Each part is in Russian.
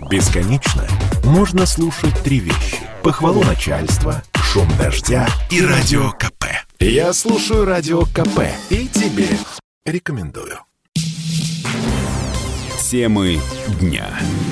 Бесконечно можно слушать три вещи: похвалу начальства, шум дождя и радио КП. Я слушаю радио КП и тебе рекомендую. Темы дня.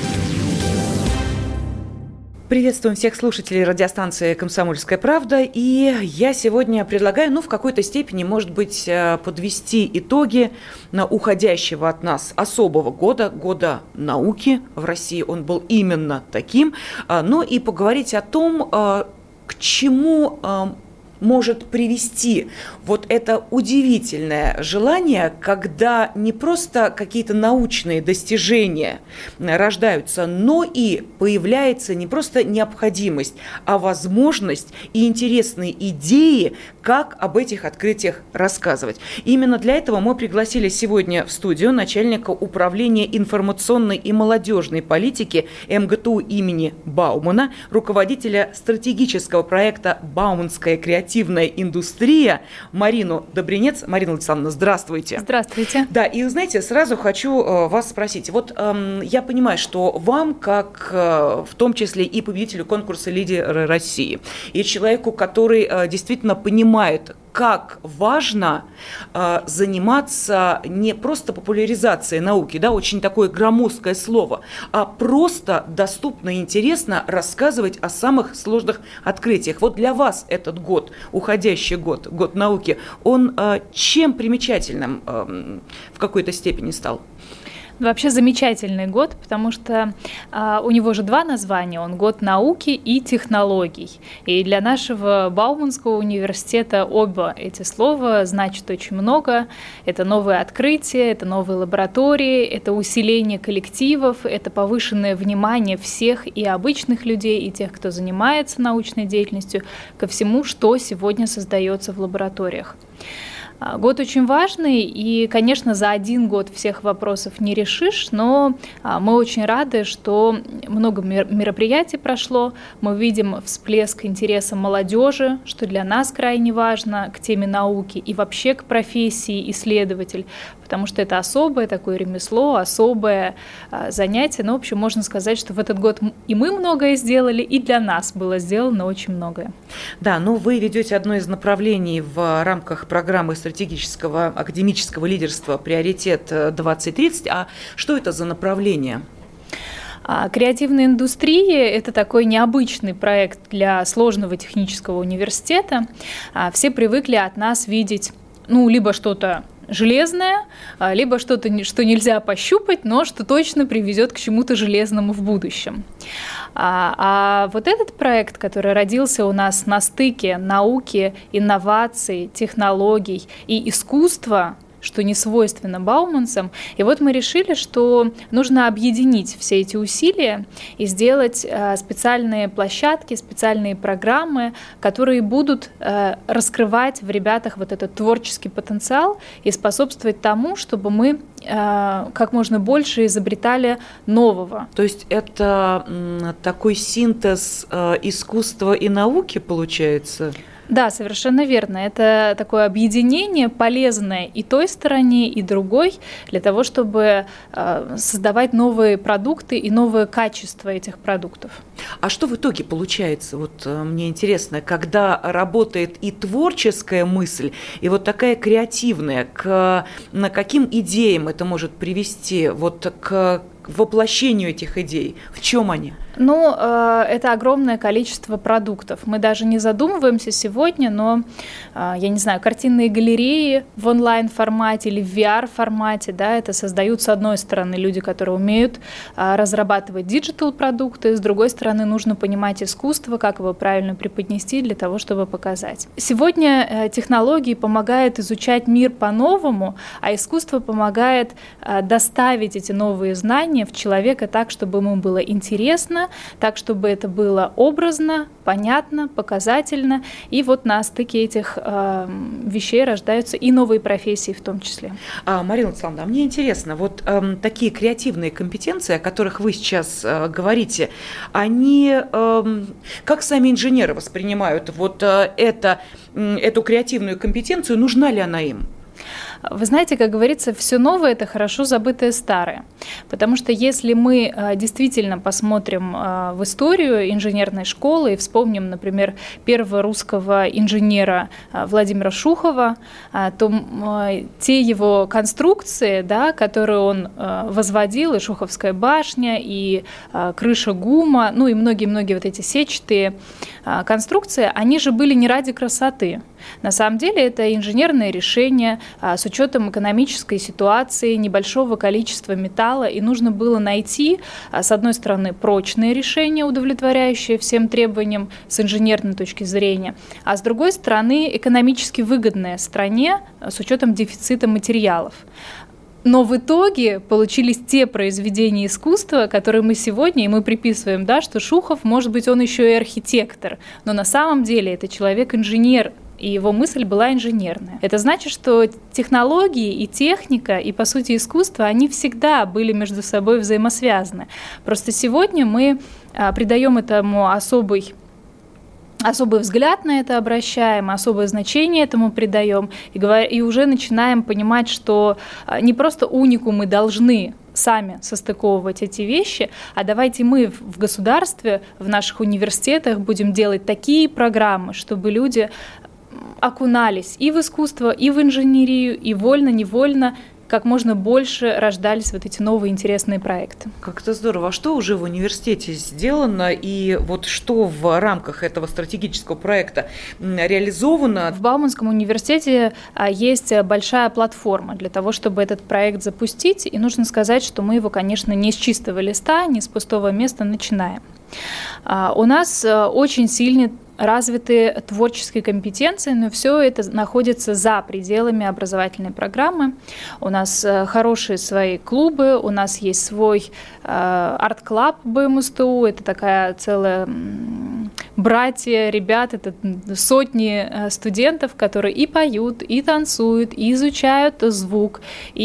Приветствуем всех слушателей радиостанции «Комсомольская правда». И я сегодня предлагаю, в какой-то степени, может быть, подвести итоги уходящего от нас особого года, года науки. В России он был именно таким. И поговорить о том, к чему может привести вот это удивительное желание, когда не просто какие-то научные достижения рождаются, но и появляется не просто необходимость, а возможность и интересные идеи, как об этих открытиях рассказывать. Именно для этого мы пригласили сегодня в студию начальника управления информационной и молодежной политики МГТУ имени Баумана, руководителя стратегического проекта «Бауманская креативная индустрия» Марину Добринец. Марина Александровна, здравствуйте. Здравствуйте. Да, и, знаете, сразу хочу вас спросить. Я понимаю, что вам, как в том числе и победителю конкурса «Лидеры России», и человеку, который действительно понимает, как важно заниматься не просто популяризацией науки, очень такое громоздкое слово, а просто доступно и интересно рассказывать о самых сложных открытиях. Вот для вас этот год, уходящий год, год науки, он чем примечательным в какой-то степени стал? Вообще замечательный год, потому что у него же два названия. Он год науки и технологий. И для нашего Бауманского университета оба эти слова значат очень много. Это новые открытия, это новые лаборатории, это усиление коллективов, это повышенное внимание всех и обычных людей, и тех, кто занимается научной деятельностью, ко всему, что сегодня создается в лабораториях. Год очень важный, и, конечно, за один год всех вопросов не решишь, но мы очень рады, что много мероприятий прошло, мы видим всплеск интереса молодежи, что для нас крайне важно, к теме науки и вообще к профессии исследователь, потому что это особое такое ремесло, особое занятие. В общем, можно сказать, что в этот год и мы многое сделали, и для нас было сделано очень многое. Да, вы ведете одно из направлений в рамках программы стратегического академического лидерства «Приоритет 2030». А что это за направление? Креативная индустрия – это такой необычный проект для сложного технического университета. Все привыкли от нас видеть, либо что-то железное, либо что-то, что нельзя пощупать, но что точно приведет к чему-то железному в будущем. А вот этот проект, который родился у нас на стыке науки, инноваций, технологий и искусства, что не свойственно бауманцам. И вот мы решили, что нужно объединить все эти усилия и сделать специальные площадки, специальные программы, которые будут раскрывать в ребятах вот этот творческий потенциал и способствовать тому, чтобы мы как можно больше изобретали нового. То есть это такой синтез искусства и науки получается? Да, совершенно верно. Это такое объединение, полезное и той стороне, и другой, для того, чтобы создавать новые продукты и новое качество этих продуктов. А что в итоге получается? Мне интересно, когда работает и творческая мысль, и такая креативная, к каким идеям это может привести, к воплощению этих идей? В чем они? Это огромное количество продуктов. Мы даже не задумываемся сегодня, но, я не знаю, картинные галереи в онлайн-формате или в VR-формате, это создают, с одной стороны, люди, которые умеют разрабатывать диджитал-продукты, с другой стороны, нужно понимать искусство, как его правильно преподнести для того, чтобы показать. Сегодня технологии помогают изучать мир по-новому, а искусство помогает доставить эти новые знания в человека так, чтобы ему было интересно, так, чтобы это было образно, понятно, показательно. И на стыке этих вещей рождаются и новые профессии в том числе. Марина Александровна, мне интересно, такие креативные компетенции, о которых вы сейчас говорите, они как сами инженеры воспринимают эту креативную компетенцию, нужна ли она им? Вы знаете, как говорится, все новое – это хорошо забытое старое. Потому что если мы действительно посмотрим в историю инженерной школы и вспомним, например, первого русского инженера Владимира Шухова, то те его конструкции, да, которые он возводил, и Шуховская башня, и крыша ГУМа, ну и многие-многие вот эти сетчатые конструкции, они же были не ради красоты. На самом деле это инженерное решение с учетом экономической ситуации, небольшого количества металла, и нужно было найти, с одной стороны, прочные решения, удовлетворяющие всем требованиям с инженерной точки зрения, а с другой стороны, экономически выгодное стране с учетом дефицита материалов. Но в итоге получились те произведения искусства, которые мы сегодня, и мы приписываем, да, что Шухов, может быть, он еще и архитектор, но на самом деле это человек-инженер, и его мысль была инженерная. Это значит, что технологии и техника, и, по сути, искусство, они всегда были между собой взаимосвязаны. Просто сегодня мы придаем этому особый взгляд на это обращаем, особое значение этому придаем, и уже начинаем понимать, что не просто уникумы должны сами состыковывать эти вещи, а давайте мы в государстве, в наших университетах будем делать такие программы, чтобы люди окунались и в искусство, и в инженерию, и вольно-невольно как можно больше рождались вот эти новые интересные проекты. Как это здорово. А что уже в университете сделано, и вот что в рамках этого стратегического проекта реализовано? В Бауманском университете есть большая платформа для того, чтобы этот проект запустить, и нужно сказать, что мы его, конечно, не с чистого листа, не с пустого места начинаем. У нас очень сильный развитые творческие компетенции, но все это находится за пределами образовательной программы. У нас хорошие свои клубы, у нас есть свой арт-клаб БМСТУ, это такая целая братья, ребят, это сотни студентов, которые и поют, и танцуют, и изучают звук,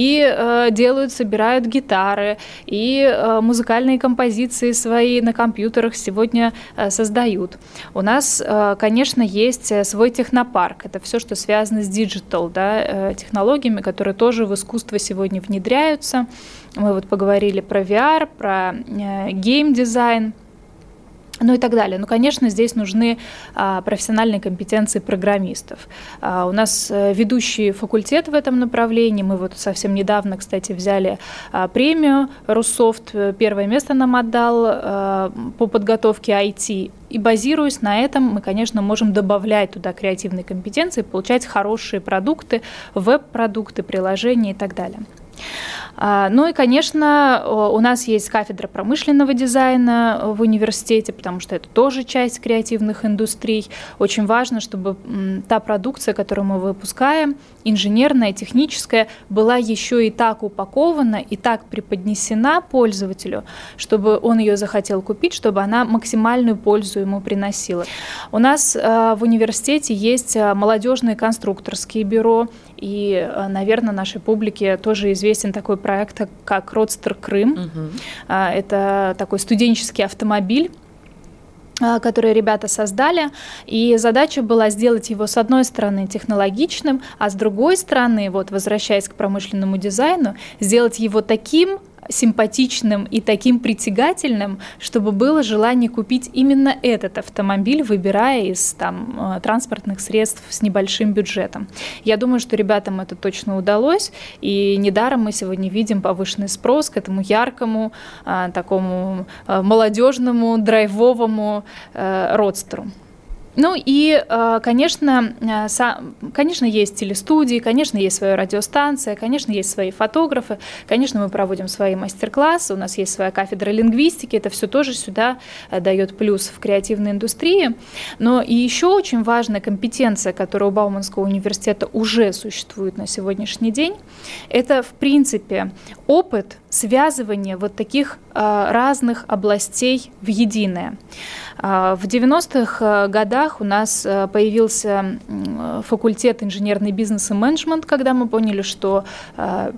и делают, собирают гитары, и музыкальные композиции свои на компьютерах сегодня создают. У нас, конечно, есть свой технопарк. Это все, что связано с диджитал, да, технологиями, которые тоже в искусство сегодня внедряются. Мы вот поговорили про VR, про гейм-дизайн, ну и так далее. Ну, конечно, здесь нужны профессиональные компетенции программистов. У нас ведущий факультет в этом направлении. Мы вот совсем недавно, кстати, взяли премию Руссофт. Первое место нам отдал по подготовке IT. И базируясь на этом, мы, конечно, можем добавлять туда креативные компетенции, получать хорошие продукты, веб-продукты, приложения и так далее. Ну и, конечно, у нас есть кафедра промышленного дизайна в университете, потому что это тоже часть креативных индустрий. Очень важно, чтобы та продукция, которую мы выпускаем, инженерная, техническая, была еще и так упакована, и так преподнесена пользователю, чтобы он ее захотел купить, чтобы она максимальную пользу ему приносила. У нас в университете есть молодежные конструкторские бюро, и, наверное, нашей публике тоже известен такой проект, как «Родстер Крым». Это такой студенческий автомобиль, которые ребята создали, и задача была сделать его, с одной стороны, технологичным, а с другой стороны, вот, возвращаясь к промышленному дизайну, сделать его таким симпатичным и таким притягательным, чтобы было желание купить именно этот автомобиль, выбирая из транспортных средств с небольшим бюджетом. Я думаю, что ребятам это точно удалось, и недаром мы сегодня видим повышенный спрос к этому яркому, такому молодежному, драйвовому родстеру. Ну и, конечно, есть телестудии, конечно, есть своя радиостанция, конечно, есть свои фотографы, конечно, мы проводим свои мастер-классы, у нас есть своя кафедра лингвистики, это все тоже сюда дает плюс в креативной индустрии. Но и еще очень важная компетенция, которая у Бауманского университета уже существует на сегодняшний день, это, в принципе, опыт связывания вот таких разных областей в единое. В 90-х годах у нас появился факультет инженерный бизнес и менеджмент, когда мы поняли, что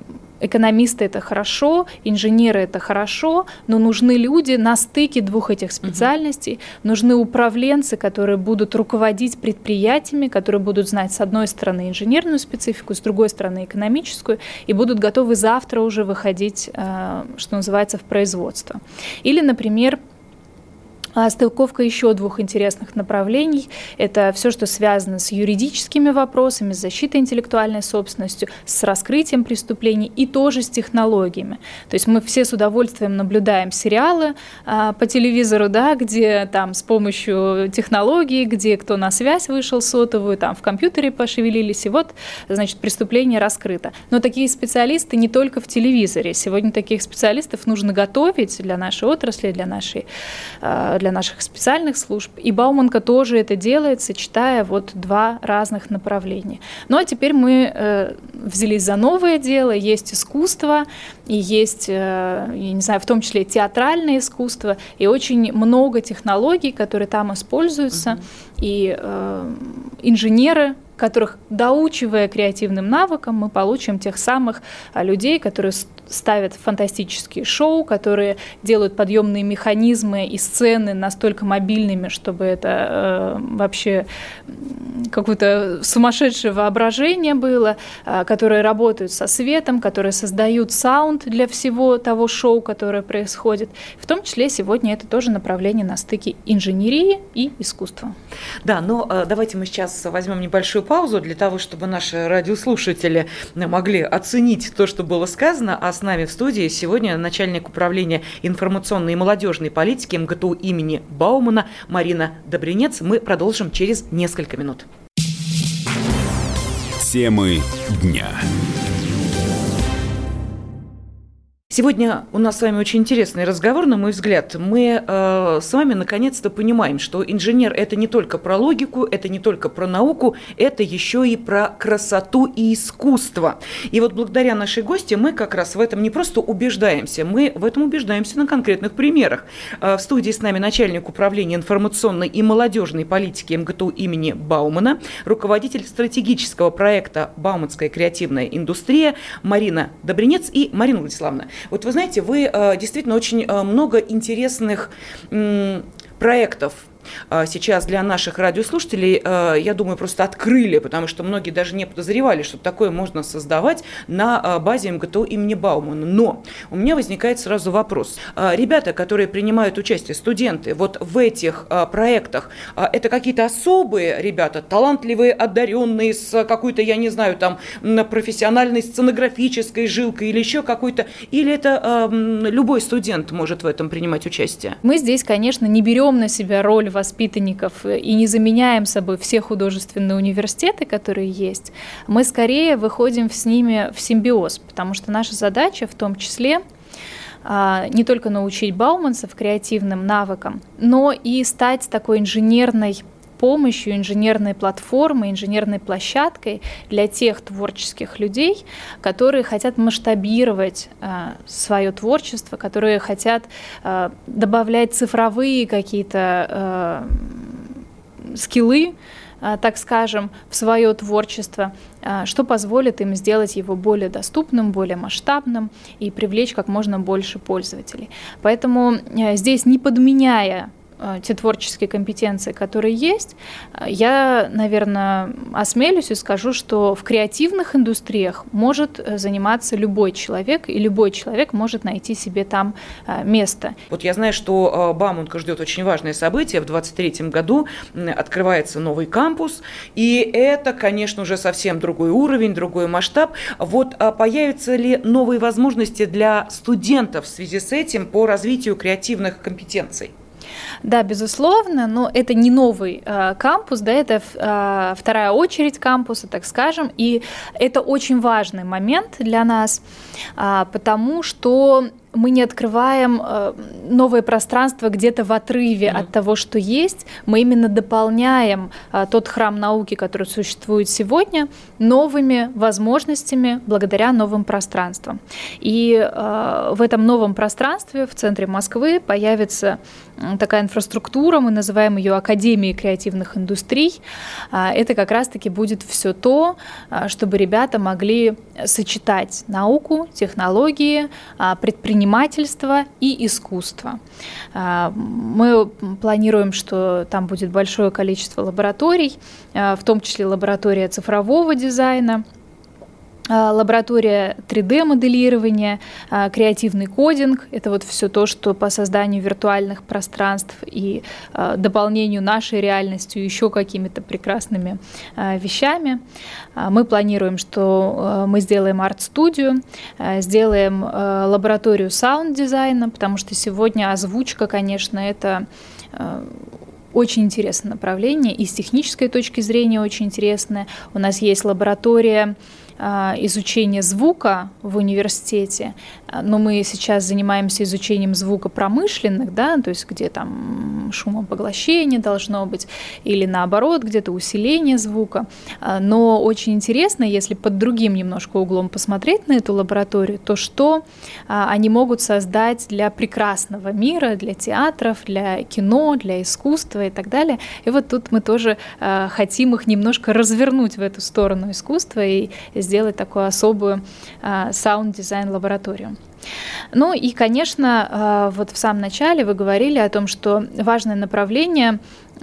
экономисты – это хорошо, инженеры – это хорошо, но нужны люди на стыке двух этих специальностей, нужны управленцы, которые будут руководить предприятиями, которые будут знать, с одной стороны, инженерную специфику, с другой стороны, экономическую, и будут готовы завтра уже выходить, что называется, в производство. Или, например, стыковка еще двух интересных направлений. Это все, что связано с юридическими вопросами, с защитой интеллектуальной собственностью, с раскрытием преступлений и тоже с технологиями. То есть мы все с удовольствием наблюдаем сериалы по телевизору, да, где там с помощью технологий, где кто на связь вышел сотовую, там в компьютере пошевелились, и вот, значит, преступление раскрыто. Но такие специалисты не только в телевизоре. Сегодня таких специалистов нужно готовить для нашей отрасли, для наших специальных служб. И Бауманка тоже это делает, сочетая вот два разных направления. Ну а теперь мы взялись за новое дело. Есть искусство, и есть, я не знаю, в том числе театральное искусство, и очень много технологий, которые там используются, и инженеры, которых, доучивая креативным навыкам, мы получим тех самых людей, которые ставят фантастические шоу, которые делают подъемные механизмы и сцены настолько мобильными, чтобы это вообще какое-то сумасшедшее воображение было, которые работают со светом, которые создают саунд для всего того шоу, которое происходит. В том числе сегодня это тоже направление на стыке инженерии и искусства. Да, но давайте мы сейчас возьмем небольшую паузу для того, чтобы наши радиослушатели могли оценить то, что было сказано. А с нами в студии сегодня начальник управления информационной и молодежной политики МГТУ имени Баумана Марина Добринец. Мы продолжим через несколько минут. Темы дня. Сегодня у нас с вами очень интересный разговор, на мой взгляд. Мы с вами наконец-то понимаем, что инженер – это не только про логику, это не только про науку, это еще и про красоту и искусство. И вот благодаря нашей гости мы как раз в этом не просто убеждаемся, мы в этом убеждаемся на конкретных примерах. В студии с нами начальник управления информационной и молодежной политики МГТУ имени Баумана, руководитель стратегического проекта «Бауманская креативная индустрия» Марина Добринец и Марина Владиславовна. Вот вы знаете, вы действительно очень много интересных проектов сейчас для наших радиослушателей, я думаю, просто открыли, потому что многие даже не подозревали, что такое можно создавать на базе МГТУ имени Баумана. Но у меня возникает сразу вопрос. Ребята, которые принимают участие, студенты, вот в этих проектах, это какие-то особые ребята, талантливые, одаренные, с какой-то, я не знаю, там, профессиональной сценографической жилкой или еще какой-то, или это любой студент может в этом принимать участие? Мы здесь, конечно, не берем на себя роль воспитанников и не заменяем собой все художественные университеты, которые есть. Мы скорее выходим с ними в симбиоз, потому что наша задача в том числе не только научить бауманцев креативным навыкам, но и стать такой инженерной помощью, инженерной платформой, инженерной площадкой для тех творческих людей, которые хотят масштабировать свое творчество, которые хотят добавлять цифровые какие-то скиллы, так скажем, в свое творчество, что позволит им сделать его более доступным, более масштабным и привлечь как можно больше пользователей. Поэтому здесь, не подменяя те творческие компетенции, которые есть, я, наверное, осмелюсь и скажу, что в креативных индустриях может заниматься любой человек, и любой человек может найти себе там место. Вот я знаю, что Бауманка ждет очень важное событие. В 2023 году открывается новый кампус, и это, конечно, уже совсем другой уровень, другой масштаб. Вот появятся ли новые возможности для студентов в связи с этим по развитию креативных компетенций? Да, безусловно, но это не новый кампус, да, это вторая очередь кампуса, так скажем, и это очень важный момент для нас, потому что мы не открываем новое пространство где-то в отрыве от того, что есть. Мы именно дополняем тот храм науки, который существует сегодня, новыми возможностями благодаря новым пространствам. И в этом новом пространстве в центре Москвы появится такая инфраструктура, мы называем ее Академией креативных индустрий. Это как раз-таки будет все то, чтобы ребята могли сочетать науку, технологии, предпринимательство и искусство. Мы планируем, что там будет большое количество лабораторий, в том числе лаборатория цифрового дизайна, лаборатория 3D-моделирования, креативный кодинг. Это вот все то, что по созданию виртуальных пространств и дополнению нашей реальностью еще какими-то прекрасными вещами. Мы планируем, что мы сделаем арт-студию, сделаем лабораторию саунд-дизайна, потому что сегодня озвучка, конечно, это очень интересное направление, и с технической точки зрения очень интересное. У нас есть лаборатория изучения звука в университете, но мы сейчас занимаемся изучением звука промышленных, да, то есть где там шумопоглощение должно быть, или наоборот, где-то усиление звука. Но очень интересно, если под другим немножко углом посмотреть на эту лабораторию, то что они могут создать для прекрасного мира, для театров, для кино, для искусства и так далее. И вот тут мы тоже хотим их немножко развернуть в эту сторону искусства и сделать такую особую саунд-дизайн-лабораторию. Ну и, конечно, вот в самом начале вы говорили о том, что важное направление,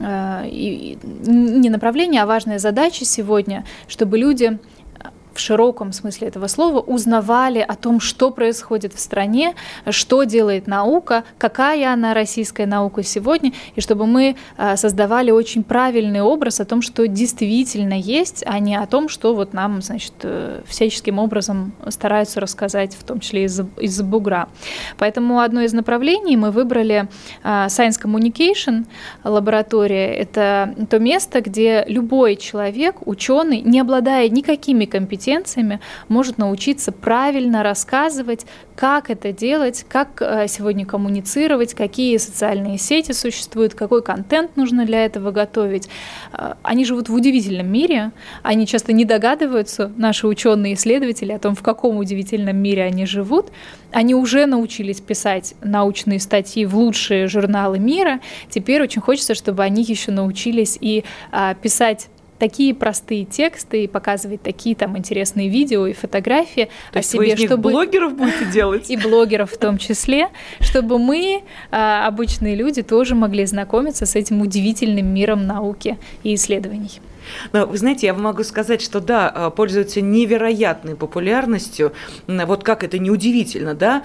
не направление, а важная задача сегодня, чтобы люди в широком смысле этого слова узнавали о том, что происходит в стране, что делает наука, какая она, российская наука сегодня, и чтобы мы создавали очень правильный образ о том, что действительно есть, а не о том, что вот нам, значит, всяческим образом стараются рассказать, в том числе из-за бугра. Поэтому одно из направлений мы выбрали Science Communication лаборатория. Это то место, где любой человек, ученый, не обладая никакими компетенциями, может научиться правильно рассказывать, как это делать, как сегодня коммуницировать, какие социальные сети существуют, какой контент нужно для этого готовить. Они живут в удивительном мире, они часто не догадываются, наши ученые-исследователи, о том, в каком удивительном мире они живут. Они уже научились писать научные статьи в лучшие журналы мира. Теперь очень хочется, чтобы они еще научились и писать такие простые тексты и показывать такие там интересные видео и фотографии о себе, чтобы блогеров будете делать? И блогеров в том числе, чтобы мы, обычные люди, тоже могли знакомиться с этим удивительным миром науки и исследований. Но, вы знаете, я могу сказать, что да, пользуются невероятной популярностью, вот как это неудивительно, да,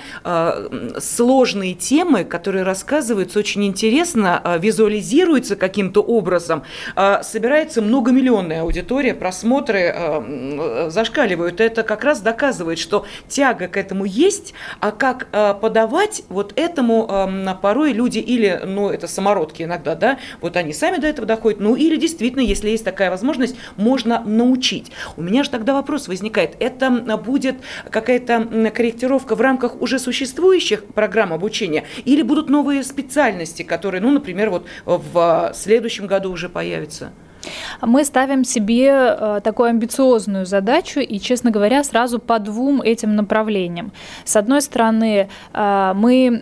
сложные темы, которые рассказываются очень интересно, визуализируются каким-то образом, собирается многомиллионная аудитория, просмотры зашкаливают. Это как раз доказывает, что тяга к этому есть, а как подавать вот этому порой люди или, ну, это самородки иногда, да, вот они сами до этого доходят, ну, или действительно, если есть такая возможность, можно научить. У меня же тогда вопрос возникает, это будет какая-то корректировка в рамках уже существующих программ обучения или будут новые специальности, которые, ну, например, вот в следующем году уже появятся? Мы ставим себе такую амбициозную задачу и, честно говоря, сразу по двум этим направлениям. С одной стороны, мы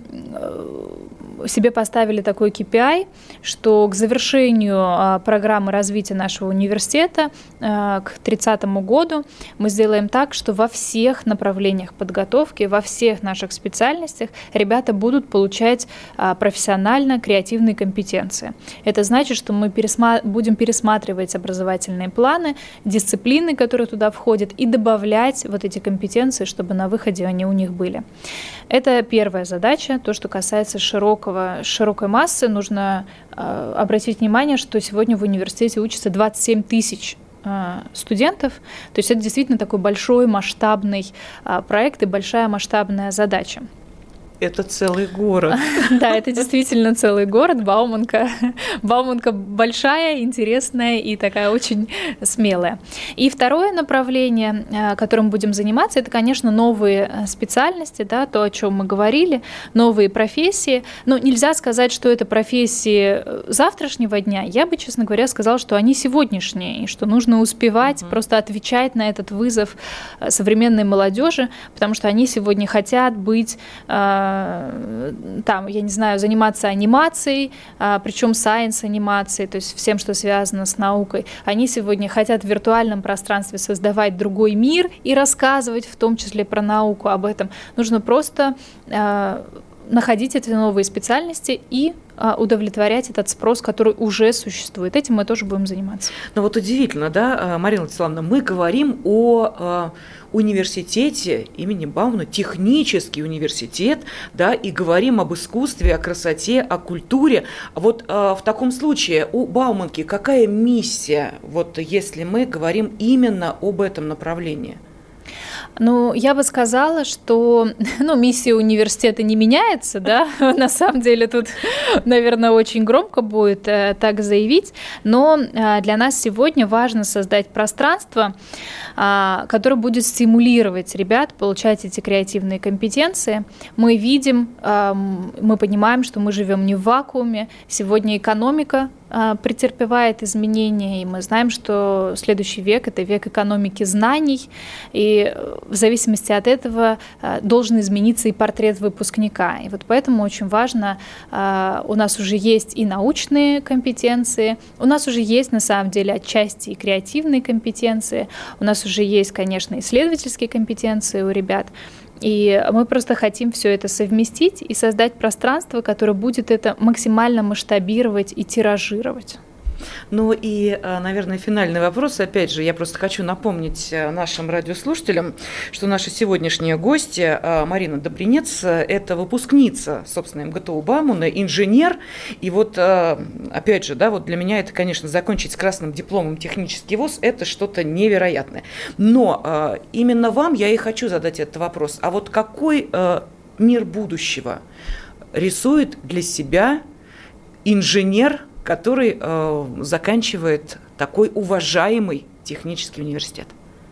себе поставили такой KPI, что к завершению программы развития нашего университета к 2030 году мы сделаем так, что во всех направлениях подготовки, во всех наших специальностях ребята будут получать профессионально креативные компетенции. Это значит, что мы будем пересматривать образовательные планы, дисциплины, которые туда входят, и добавлять вот эти компетенции, чтобы на выходе они у них были. Это первая задача, то, что касается широкой массы. Нужно обратить внимание, что сегодня в университете учатся 27 тысяч студентов. То есть это действительно такой большой масштабный проект и большая масштабная задача. Это целый город. Да, это действительно целый город, Бауманка. Бауманка большая, интересная и такая очень смелая. И второе направление, которым будем заниматься, это, конечно, новые специальности, да, то, о чем мы говорили, новые профессии. Но нельзя сказать, что это профессии завтрашнего дня. Я бы, честно говоря, сказала, что они сегодняшние, и что нужно успевать просто отвечать на этот вызов современной молодежи, потому что они сегодня хотят быть там, я не знаю, заниматься анимацией, причем сайенс-анимацией, то есть всем, что связано с наукой. Они сегодня хотят в виртуальном пространстве создавать другой мир и рассказывать в том числе про науку об этом. Нужно просто находить эти новые специальности и удовлетворять этот спрос, который уже существует. Этим мы тоже будем заниматься. Ну вот удивительно, да, Марина Владиславовна, мы говорим о университете имени Баумана, технический университет, да, и говорим об искусстве, о красоте, о культуре. Вот в таком случае у Бауманки какая миссия, вот если мы говорим именно об этом направлении? Ну, я бы сказала, что миссия университета не меняется, да, на самом деле тут, наверное, очень громко будет так заявить, но для нас сегодня важно создать пространство, которое будет стимулировать ребят получать эти креативные компетенции. Мы видим, мы понимаем, что мы живем не в вакууме, сегодня экономика претерпевает изменения, и мы знаем, что следующий век – это век экономики знаний, и в зависимости от этого должен измениться и портрет выпускника. И вот поэтому очень важно, у нас уже есть и научные компетенции, у нас уже есть на самом деле отчасти и креативные компетенции, у нас уже есть, конечно, исследовательские компетенции у ребят. И мы просто хотим все это совместить и создать пространство, которое будет это максимально масштабировать и тиражировать. Ну и, наверное, финальный вопрос. Опять же, я просто хочу напомнить нашим радиослушателям, что наша сегодняшняя гостья Марина Добринец – это выпускница, собственно, МГТУ Баумана, инженер. И вот, опять же, да, вот для меня это, конечно, закончить с красным дипломом технический вуз – это что-то невероятное. Но именно вам я и хочу задать этот вопрос. А вот какой мир будущего рисует для себя инженер, который заканчивает такой уважаемый технический университет?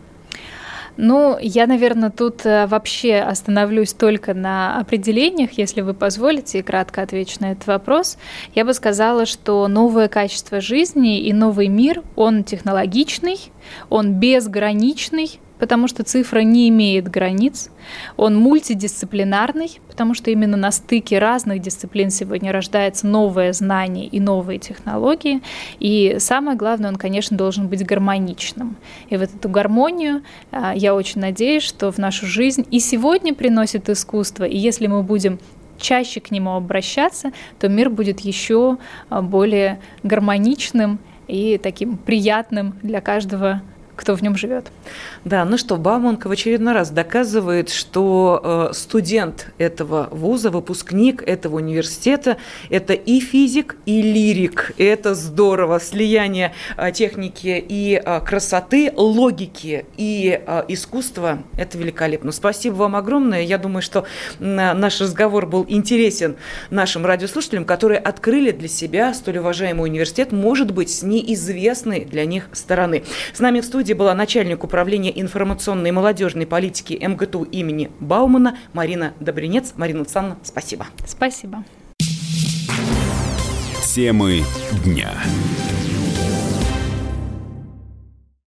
Ну, я, наверное, тут вообще остановлюсь только на определениях, если вы позволите, и кратко отвечу на этот вопрос. Я бы сказала, что новое качество жизни и новый мир, он технологичный, он безграничный, потому что цифра не имеет границ. Он мультидисциплинарный, потому что именно на стыке разных дисциплин сегодня рождается новое знание и новые технологии. И самое главное, он, конечно, должен быть гармоничным. И вот эту гармонию, я очень надеюсь, что в нашу жизнь и сегодня приносит искусство. И если мы будем чаще к нему обращаться, то мир будет еще более гармоничным и таким приятным для каждого, кто в нем живет. Да, ну что, Бауманка в очередной раз доказывает, что студент этого вуза, выпускник этого университета – это и физик, и лирик. Это здорово. Слияние техники и красоты, логики и искусства – это великолепно. Спасибо вам огромное. Я думаю, что наш разговор был интересен нашим радиослушателям, которые открыли для себя столь уважаемый университет, может быть, с неизвестной для них стороны. С нами в студии была начальник управления информационной и молодежной политики МГТУ имени Баумана Марина Добринец. Марина Александровна, спасибо. Спасибо. Темы дня.